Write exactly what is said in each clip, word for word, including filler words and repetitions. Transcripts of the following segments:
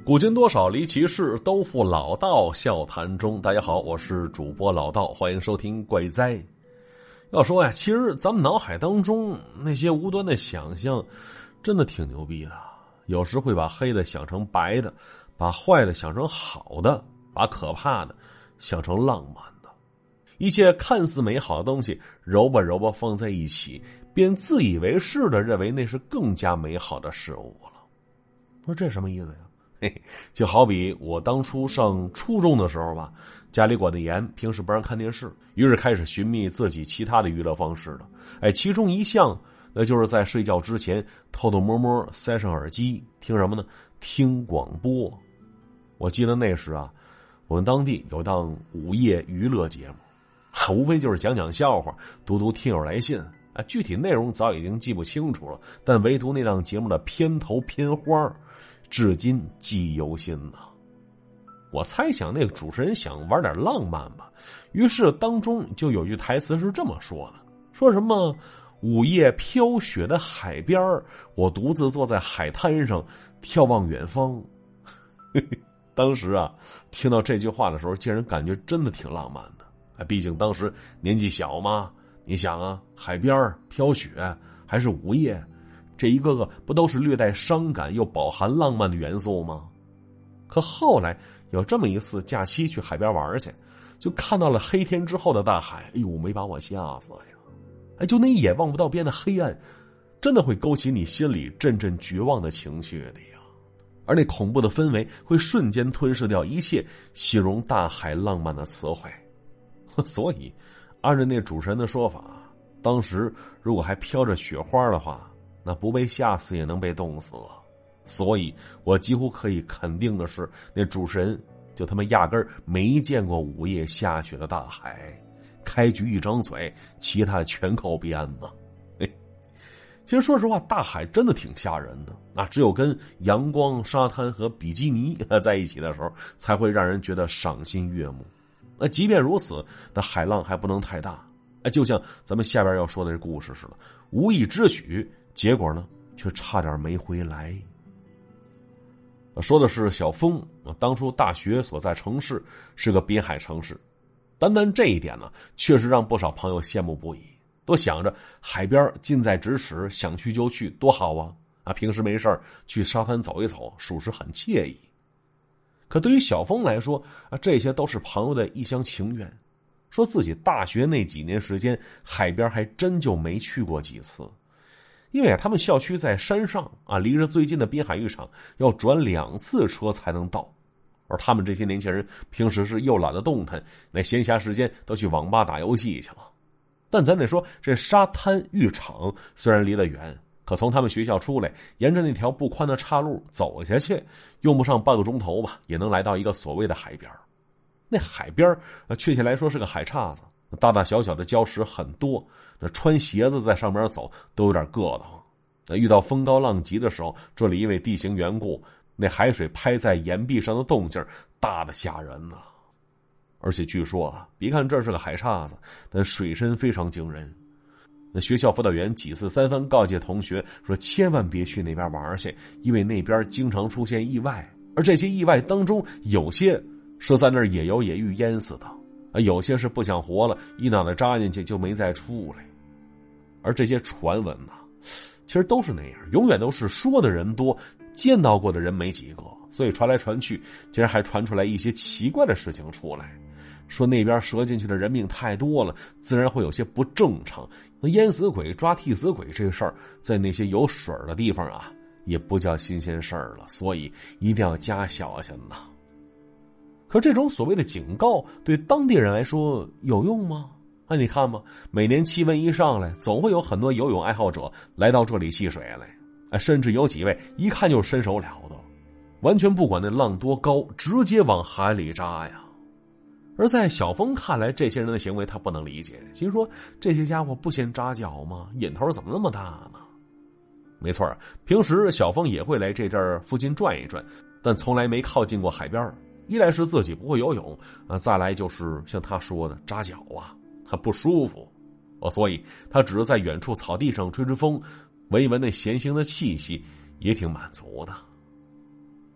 古今多少离奇事，都付老道笑谈中。大家好，我是主播老道，欢迎收听怪哉。要说呀，其实咱们脑海当中那些无端的想象真的挺牛逼的，有时会把黑的想成白的，把坏的想成好的，把可怕的想成浪漫的。一切看似美好的东西揉吧揉吧放在一起，便自以为是的认为那是更加美好的事物了。说这什么意思呀？嘿，就好比我当初上初中的时候吧，家里管得严，平时不让看电视，于是开始寻觅自己其他的娱乐方式了。哎，其中一项那就是在睡觉之前偷偷摸摸塞上耳机，听什么呢？听广播。我记得那时啊，我们当地有档午夜娱乐节目，无非就是讲讲笑话，读读听友来信啊，具体内容早已经记不清楚了，但唯独那档节目的片头片花至今记忆犹新呢。我猜想那个主持人想玩点浪漫吧，于是当中就有句台词是这么说的，说什么午夜飘雪的海边，我独自坐在海滩上眺望远方。当时啊，听到这句话的时候，竟然感觉真的挺浪漫的。毕竟当时年纪小嘛，你想啊，海边飘雪还是午夜，这一个个不都是略带伤感又饱含浪漫的元素吗？可后来有这么一次假期去海边玩去，就看到了黑天之后的大海，哎呦，没把我吓死呀！哎，就那一眼望不到边的黑暗，真的会勾起你心里阵阵绝望的情绪的呀。而那恐怖的氛围会瞬间吞噬掉一切形容大海浪漫的词汇。所以按照那主持人的说法，当时如果还飘着雪花的话，那不被吓死也能被冻死了。所以我几乎可以肯定的是，那主持人就他妈压根儿没见过午夜下雪的大海，开局一张嘴，其他全靠编呢。其实说实话，大海真的挺吓人的，那只有跟阳光、沙滩和比基尼在一起的时候，才会让人觉得赏心悦目。那即便如此，那海浪还不能太大。哎，就像咱们下边要说的这故事似的，无意之举，结果呢却差点没回来。说的是小峰，当初大学所在城市是个滨海城市，单单这一点呢，确实让不少朋友羡慕不已，都想着海边近在咫尺，想去就去，多好啊！啊，平时没事去沙滩走一走，属实很惬意。可对于小峰来说啊，这些都是朋友的一厢情愿，说自己大学那几年时间，海边还真就没去过几次。因为他们校区在山上啊，离着最近的滨海浴场要转两次车才能到，而他们这些年轻人平时是又懒得动弹，那闲暇时间都去网吧打游戏去了。但咱得说，这沙滩浴场虽然离得远，可从他们学校出来，沿着那条不宽的岔路走下去，用不上半个钟头吧，也能来到一个所谓的海边。那海边啊，确切来说是个海岔子，大大小小的礁石很多，那穿鞋子在上面走都有点硌得慌。那遇到风高浪急的时候，这里因为地形缘故，那海水拍在岩壁上的动静大得吓人呐、啊。而且据说啊，别看这是个海岔子，但水深非常惊人。那学校辅导员几次三番告诫同学说，千万别去那边玩去，因为那边经常出现意外，而这些意外当中，有些是在那儿野游野浴淹死的，啊，有些是不想活了，一脑袋扎进去就没再出来。而这些传闻呢、啊，其实都是那样，永远都是说的人多，见到过的人没几个，所以传来传去，竟然还传出来一些奇怪的事情出来，说那边折进去的人命太多了，自然会有些不正常。那淹死鬼抓替死鬼这事儿，在那些有水的地方啊，也不叫新鲜事儿了，所以一定要加小心呐。可这种所谓的警告对当地人来说有用吗？啊，你看吧，每年气温一上来，总会有很多游泳爱好者来到这里戏水来，啊，甚至有几位一看就是身手了得，完全不管那浪多高，直接往海里扎呀。而在小峰看来，这些人的行为他不能理解，心说这些家伙不嫌扎脚吗？瘾头怎么那么大呢？没错，平时小峰也会来这阵儿附近转一转，但从来没靠近过海边。一来是自己不会游泳啊，再来就是像他说的扎脚啊，他不舒服哦，所以他只是在远处草地上吹吹风，闻一闻那咸腥的气息，也挺满足的。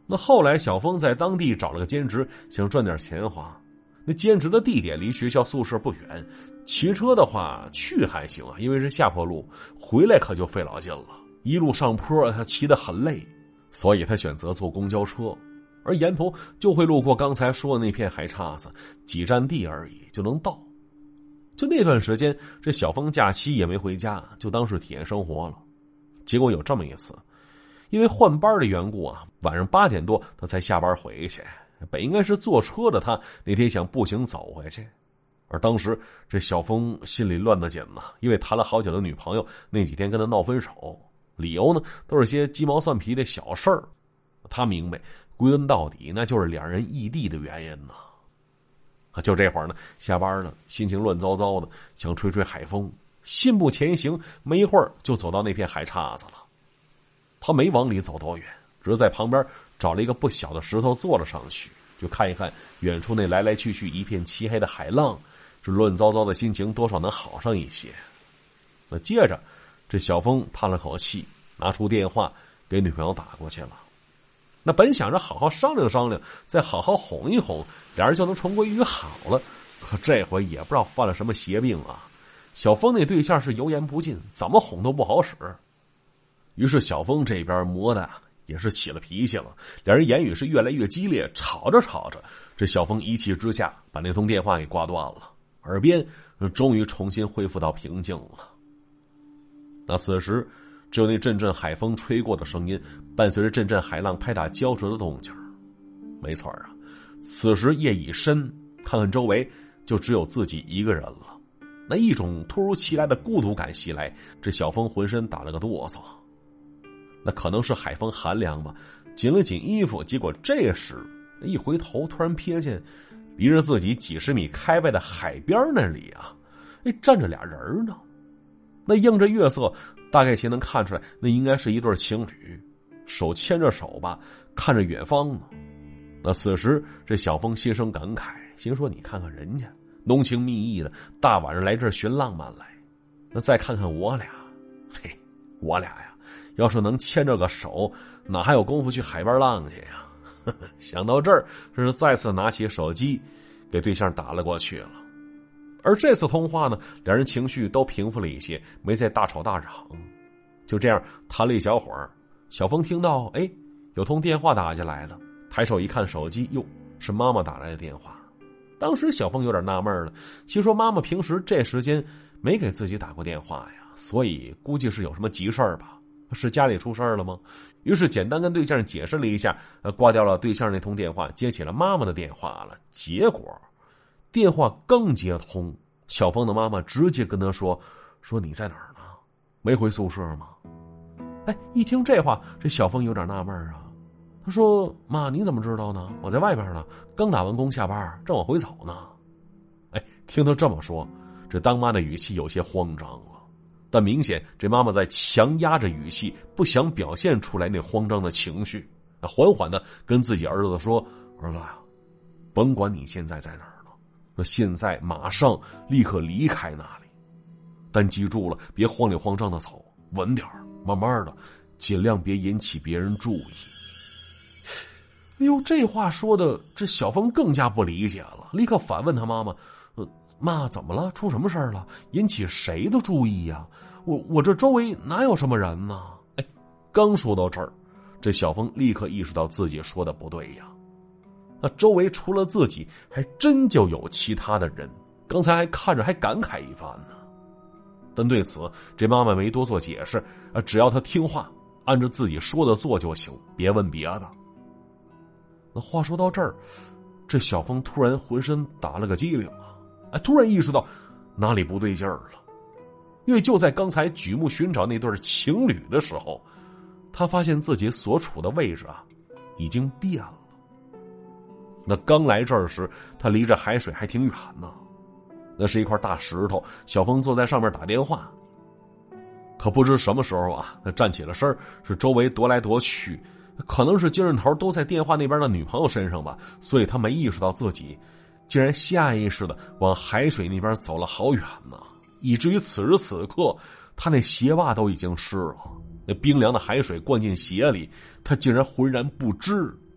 那后来小峰在当地找了个兼职，想赚点钱花。那兼职的地点离学校宿舍不远，骑车的话去还行啊，因为是下坡路，回来可就费老劲了，一路上坡他骑得很累，所以他选择坐公交车，而沿途就会路过刚才说的那片海岔子，几站地而已就能到。就那段时间，这小峰假期也没回家，就当是体验生活了。结果有这么一次，因为换班的缘故啊，晚上八点多他才下班回去。本应该是坐车的他，那天想步行走回去，而当时这小峰心里乱得紧呐，因为谈了好久的女朋友那几天跟他闹分手，理由呢都是些鸡毛蒜皮的小事儿。他明白，归根到底那就是两人异地的原因呐。就这会儿呢，下班了，心情乱糟糟的，想吹吹海风，信步前行，没一会儿就走到那片海岔子了。他没往里走多远，只是在旁边找了一个不小的石头坐了上去，就看一看远处那来来去去一片漆黑的海浪，这乱糟糟的心情多少能好上一些。那接着这小峰叹了口气，拿出电话给女朋友打过去了。那本想着好好商量商量，再好好哄一哄，俩人就能重归于好了，可这回也不知道犯了什么邪病啊。小峰那对象是油盐不进，怎么哄都不好使。于是小峰这边磨的也是起了脾气了，两人言语是越来越激烈，吵着吵着，这小峰一气之下把那通电话给挂断了，耳边终于重新恢复到平静了。那此时只有那阵阵海风吹过的声音，伴随着阵阵海浪拍打礁石的动静。没错啊，此时夜已深，看看周围就只有自己一个人了。那一种突如其来的孤独感袭来，这小峰浑身打了个哆嗦。那可能是海风寒凉吧，紧了紧衣服，结果这时一回头，突然瞥见离着自己几十米开外的海边那里啊，哎，站着俩人呢。那映着月色，大概其能看出来，那应该是一对情侣，手牵着手吧，看着远方呢。那此时这小峰心生感慨，心说你看看人家浓情蜜意的，大晚上来这儿寻浪漫来，那再看看我俩，嘿，我俩呀要是能牵着个手，哪还有功夫去海边浪去呀？想到这儿，这是再次拿起手机给对象打了过去了。而这次通话呢，两人情绪都平复了一些，没再大吵大嚷。就这样谈了一小会儿，小峰听到哎有通电话打进来了，抬手一看手机，哟，是妈妈打来的电话。当时小峰有点纳闷了，其实说妈妈平时这时间没给自己打过电话呀，所以估计是有什么急事儿吧。是家里出事了吗？于是简单跟对象解释了一下，呃，挂掉了对象那通电话，接起了妈妈的电话了。结果电话刚接通，小峰的妈妈直接跟他说说你在哪儿呢？没回宿舍吗？哎，一听这话，这小峰有点纳闷啊。他说妈，你怎么知道呢？我在外边呢，刚打完工下班，正往回走呢。哎，听他这么说，这当妈的语气有些慌张了。但明显这妈妈在强压着语气，不想表现出来那慌张的情绪，缓缓的跟自己儿子说，儿子呀，甭管你现在在哪儿呢，说现在马上立刻离开那里，但记住了，别慌里慌张的走，稳点儿，慢慢的，尽量别引起别人注意。哎呦，这话说的这小峰更加不理解了，立刻反问他妈妈，呃妈，怎么了？出什么事儿了？引起谁的注意呀？我我这周围哪有什么人呢？哎，刚说到这儿，这小峰立刻意识到自己说的不对呀。那周围除了自己，还真就有其他的人。刚才还看着还感慨一番呢。但对此，这妈妈没多做解释，啊，只要他听话，按照自己说的做就行，别问别的。那话说到这儿，这小峰突然浑身打了个激灵啊！哎，突然意识到哪里不对劲儿了，因为就在刚才举目寻找那对情侣的时候，他发现自己所处的位置啊，已经变了。那刚来这儿时，他离着海水还挺远呢。那是一块大石头，小峰坐在上面打电话。可不知什么时候啊，他站起了身，是周围踱来踱去，可能是精神头都在电话那边的女朋友身上吧，所以他没意识到自己竟然下意识的往海水那边走了好远呢，以至于此时此刻他那鞋袜都已经湿了，那冰凉的海水灌进鞋里，他竟然浑然不知，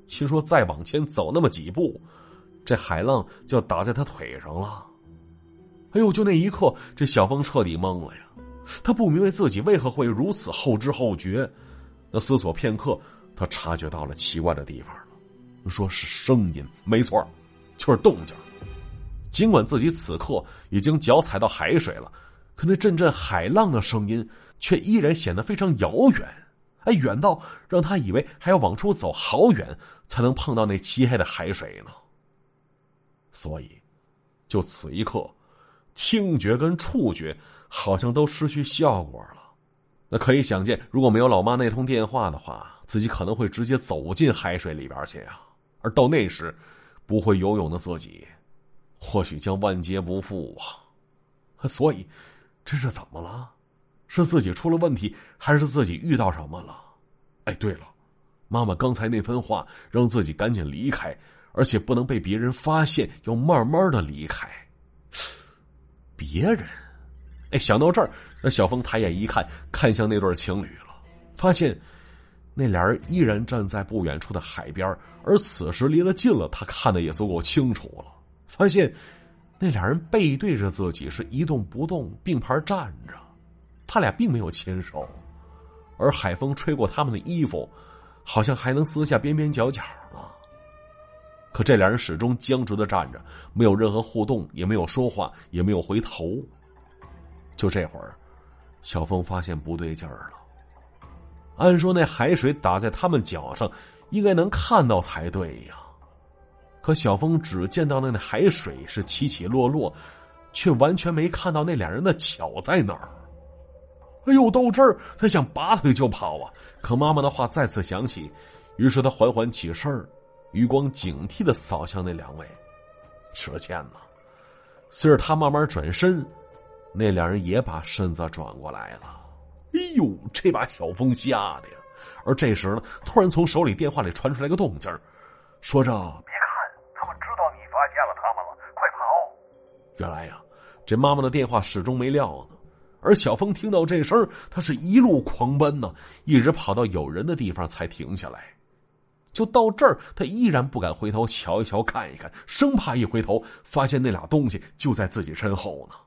心说再往前走那么几步，这海浪就打在他腿上了。哎呦，就那一刻，这小峰彻底懵了呀！他不明白自己为何会如此后知后觉。那思索片刻，他察觉到了奇怪的地方了，说是声音，没错，就是动静。尽管自己此刻已经脚踩到海水了，可那阵阵海浪的声音却依然显得非常遥远，哎，远到让他以为还要往出走好远才能碰到那漆黑的海水呢。所以，就此一刻，听觉跟触觉好像都失去效果了。那可以想见，如果没有老妈那通电话的话，自己可能会直接走进海水里边去啊。而到那时，不会游泳的自己，或许将万劫不复啊。所以，这是怎么了？是自己出了问题，还是自己遇到什么了？哎，对了，妈妈刚才那番话让自己赶紧离开，而且不能被别人发现，要慢慢的离开。别人，哎，想到这儿，那小峰抬眼一看，看向那对情侣了，发现那俩人依然站在不远处的海边，而此时离得近了，他看得也足够清楚了，发现那俩人背对着自己，是一动不动，并排站着，他俩并没有牵手，而海风吹过他们的衣服，好像还能撕下边边角角呢。可这俩人始终僵直的站着，没有任何互动，也没有说话，也没有回头。就这会儿，小峰发现不对劲儿了。按说那海水打在他们脚上，应该能看到才对呀。可小峰只见到那海水是起起落落，却完全没看到那俩人的脚在哪儿。哎呦，到这儿他想拔腿就跑啊，可妈妈的话再次响起，于是他缓缓起身儿，余光警惕的扫向那两位。只见呢，随着他慢慢转身，那两人也把身子转过来了。哎呦，这把小峰吓的呀！而这时呢，突然从手里电话里传出来个动静，说着：“ 别看，他们知道你发现了他们了，快跑！” 原来呀，这妈妈的电话始终没撂呢。而小峰听到这声，他是一路狂奔呢，一直跑到有人的地方才停下来。就到这儿，他依然不敢回头瞧一瞧看一看，生怕一回头发现那俩东西就在自己身后呢。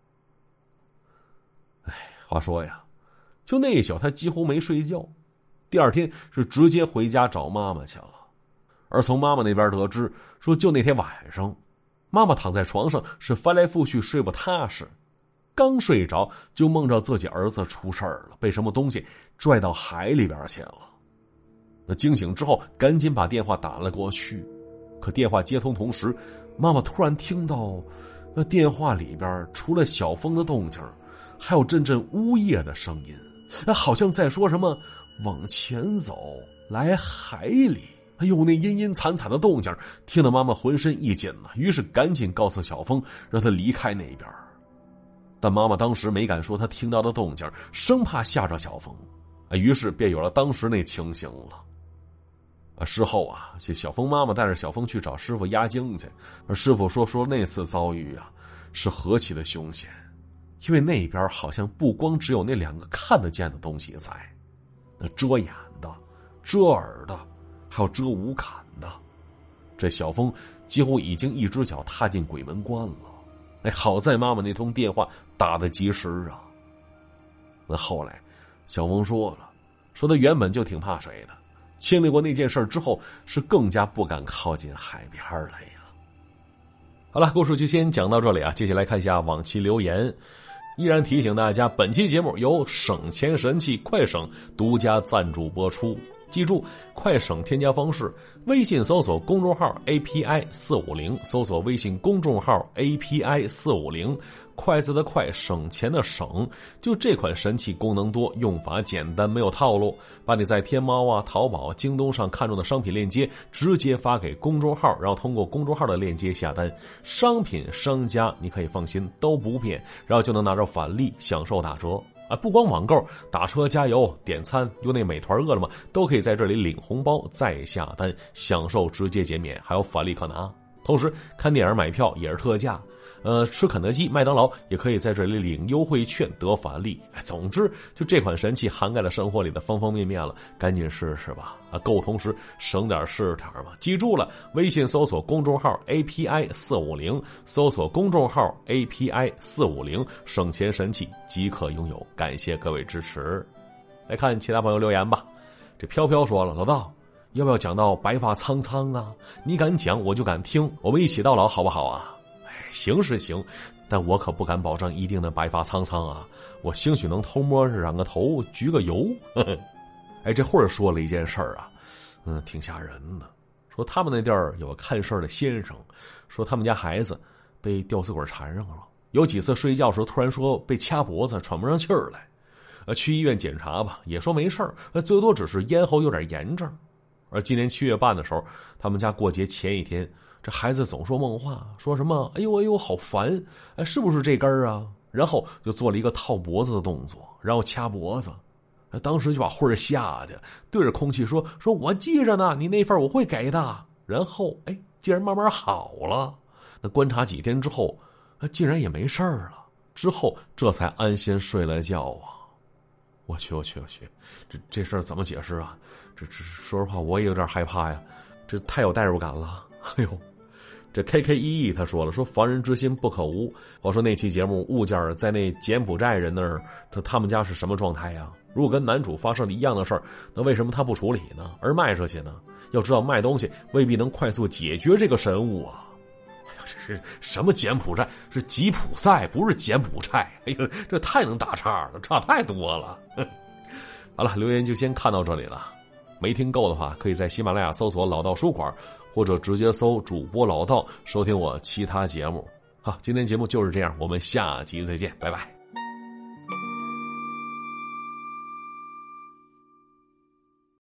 哎，话说呀，就那一宿他几乎没睡觉，第二天是直接回家找妈妈去了。而从妈妈那边得知，说就那天晚上，妈妈躺在床上是翻来覆去睡不踏实，刚睡着就梦着自己儿子出事儿了，被什么东西拽到海里边去了。那惊醒之后赶紧把电话打了过去，可电话接通同时，妈妈突然听到那电话里边除了小峰的动静，还有阵阵呜咽的声音，好像在说什么往前走，来海里。哎呦，那阴阴惨惨的动静听得妈妈浑身一紧呢，于是赶紧告诉小峰让他离开那边。但妈妈当时没敢说她听到的动静，生怕吓着小峰，于是便有了当时那情形了。啊，事后啊，小峰妈妈带着小峰去找师傅压惊去，而师傅说说那次遭遇啊，是何其的凶险，因为那边好像不光只有那两个看得见的东西在，那遮眼的、遮耳的，还有遮五感的。这小峰几乎已经一只脚踏进鬼门关了。哎，好在妈妈那通电话打得及时啊。那后来，小峰说了，说他原本就挺怕水的。经历过那件事之后，是更加不敢靠近海边来呀。好了，故事就先讲到这里啊。接下来看一下往期留言，依然提醒大家，本期节目由省钱神器快省独家赞助播出。记住，快省添加方式：微信搜索公众号 A P I 四五零，搜索微信公众号 A P I 四五零，快字的快，省钱的省。就这款神器功能多，用法简单，没有套路。把你在天猫啊、淘宝、京东上看中的商品链接直接发给公众号，然后通过公众号的链接下单。商品商家你可以放心都不变，然后就能拿着返利享受打折。啊，不光网购，打车、加油、点餐，用那美团、饿了么都可以在这里领红包再下单，享受直接减免，还有返利可拿。同时看电影买票也是特价， 呃，吃肯德基、麦当劳也可以在这里领优惠券得返利。总之，就这款神器涵盖了生活里的方方面面了，赶紧试试吧！啊，购物同时省点是点嘛。记住了，微信搜索公众号 A P I 四五零，搜索公众号 A P I 四五零，省钱神器即可拥有。感谢各位支持。来看其他朋友留言吧。这飘飘说了，老道，要不要讲到白发苍苍啊？你敢讲，我就敢听，我们一起到老好不好啊？行是行，但我可不敢保证一定能白发苍苍啊！我兴许能偷摸染个头，焗个油。呵呵。哎，这会儿说了一件事儿啊，嗯，挺吓人的。说他们那地儿有个看事儿的先生，说他们家孩子被吊死鬼缠上了，有几次睡觉时候突然说被掐脖子，喘不上气儿来。呃，去医院检查吧，也说没事儿，最多只是咽喉有点炎症。而今年七月半的时候，他们家过节前一天，这孩子总说梦话，说什么哎呦哎呦好烦，哎是不是这根儿啊？然后就做了一个套脖子的动作，然后掐脖子。当时就把慧儿吓得对着空气说说我记着呢，你那份我会给的。然后哎，竟然慢慢好了。那观察几天之后，竟然也没事儿了。之后这才安心睡了觉啊。我去我去我去，这这事儿怎么解释啊？这这说实话我也有点害怕呀，这太有代入感了。哎呦，这 K K 一 E 他说了，说防人之心不可无。我说那期节目物件在那柬埔寨人那儿，他他们家是什么状态呀？如果跟男主发生了一样的事儿，那为什么他不处理呢，而卖出去呢？要知道卖东西未必能快速解决这个神物啊。哎呦，这是什么柬埔寨？是吉普赛，不是柬埔寨。哎呦，这太能打岔了，差太多了。好了，留言就先看到这里了。没听够的话，可以在喜马拉雅搜索老道书馆，或者直接搜主播老道收听我其他节目。好，今天节目就是这样，我们下集再见，拜拜。